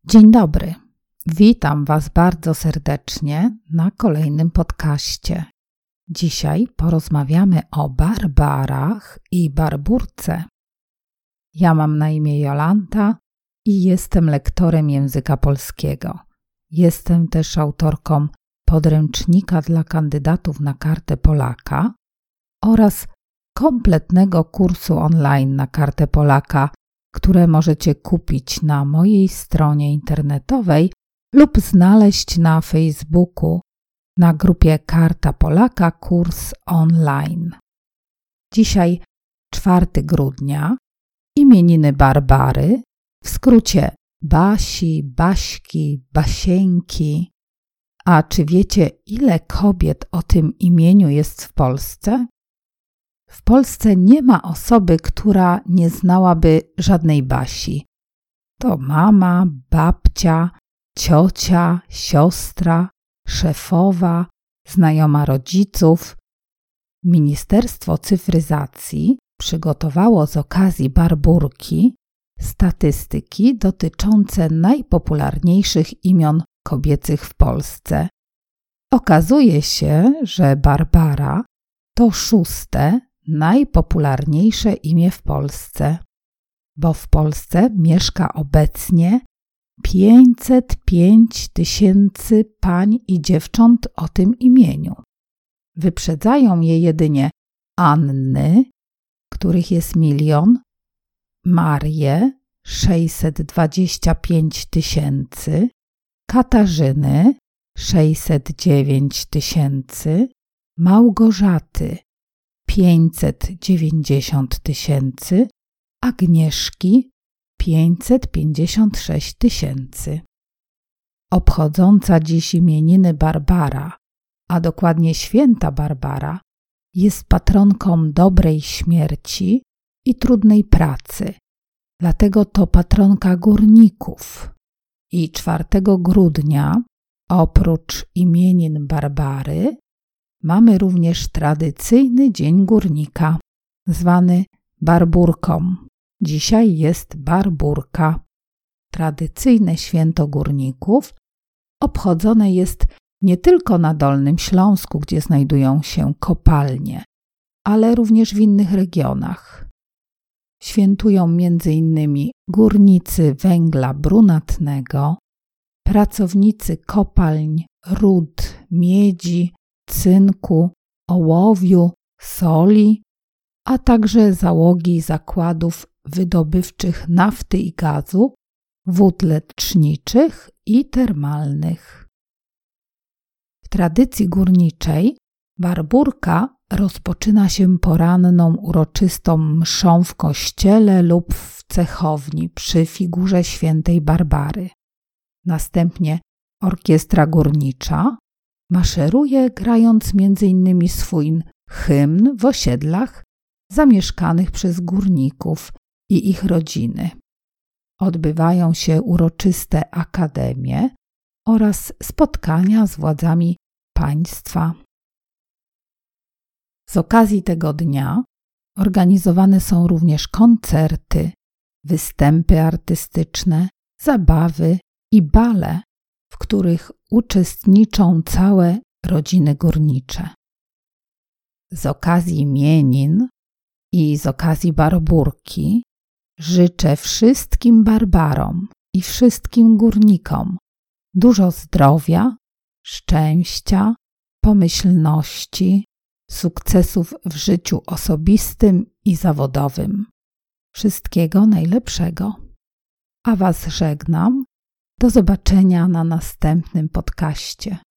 Dzień dobry, witam Was bardzo serdecznie na kolejnym podcaście. Dzisiaj porozmawiamy o barbarach i barburce. Ja mam na imię Jolanta i jestem lektorem języka polskiego. Jestem też autorką podręcznika dla kandydatów na Kartę Polaka oraz kompletnego kursu online na Kartę Polaka, które możecie kupić na mojej stronie internetowej lub znaleźć na Facebooku na grupie Karta Polaka kurs online. Dzisiaj 4 grudnia, imieniny Barbary, w skrócie Basi, Baśki, Basieńki. A czy wiecie, ile kobiet o tym imieniu jest w Polsce? W Polsce nie ma osoby, która nie znałaby żadnej Basi. To mama, babcia, ciocia, siostra, szefowa, znajoma rodziców. Ministerstwo Cyfryzacji przygotowało z okazji Barburki statystyki dotyczące najpopularniejszych imion kobiecych w Polsce. Okazuje się, że Barbara to 6. najpopularniejsze imię w Polsce, bo w Polsce mieszka obecnie 505 000 pań i dziewcząt o tym imieniu. Wyprzedzają je jedynie Anny, których jest 1 000 000, Marię 625 000, Katarzyny 609 000, Małgorzaty 590 000, Agnieszki 556 000. Obchodząca dziś imieniny Barbara, a dokładnie święta Barbara, jest patronką dobrej śmierci i trudnej pracy. Dlatego to patronka górników. I 4 grudnia, oprócz imienin Barbary, mamy również tradycyjny Dzień Górnika, zwany Barburką. Dzisiaj jest Barburka. Tradycyjne święto górników obchodzone jest nie tylko na Dolnym Śląsku, gdzie znajdują się kopalnie, ale również w innych regionach. Świętują m.in. górnicy węgla brunatnego, pracownicy kopalń ród, miedzi, cynku, ołowiu, soli, a także załogi zakładów wydobywczych nafty i gazu, wód leczniczych i termalnych. W tradycji górniczej Barburka rozpoczyna się poranną uroczystą mszą w kościele lub w cechowni przy figurze świętej Barbary. Następnie orkiestra górnicza maszeruje, grając m.in. swój hymn w osiedlach zamieszkanych przez górników i ich rodziny. Odbywają się uroczyste akademie oraz spotkania z władzami państwa. Z okazji tego dnia organizowane są również koncerty, występy artystyczne, zabawy i bale, w których uczestniczą całe rodziny górnicze. Z okazji imienin i z okazji Barburki życzę wszystkim barbarom i wszystkim górnikom dużo zdrowia, szczęścia, pomyślności, sukcesów w życiu osobistym i zawodowym. Wszystkiego najlepszego. A Was żegnam. Do zobaczenia na następnym podcaście.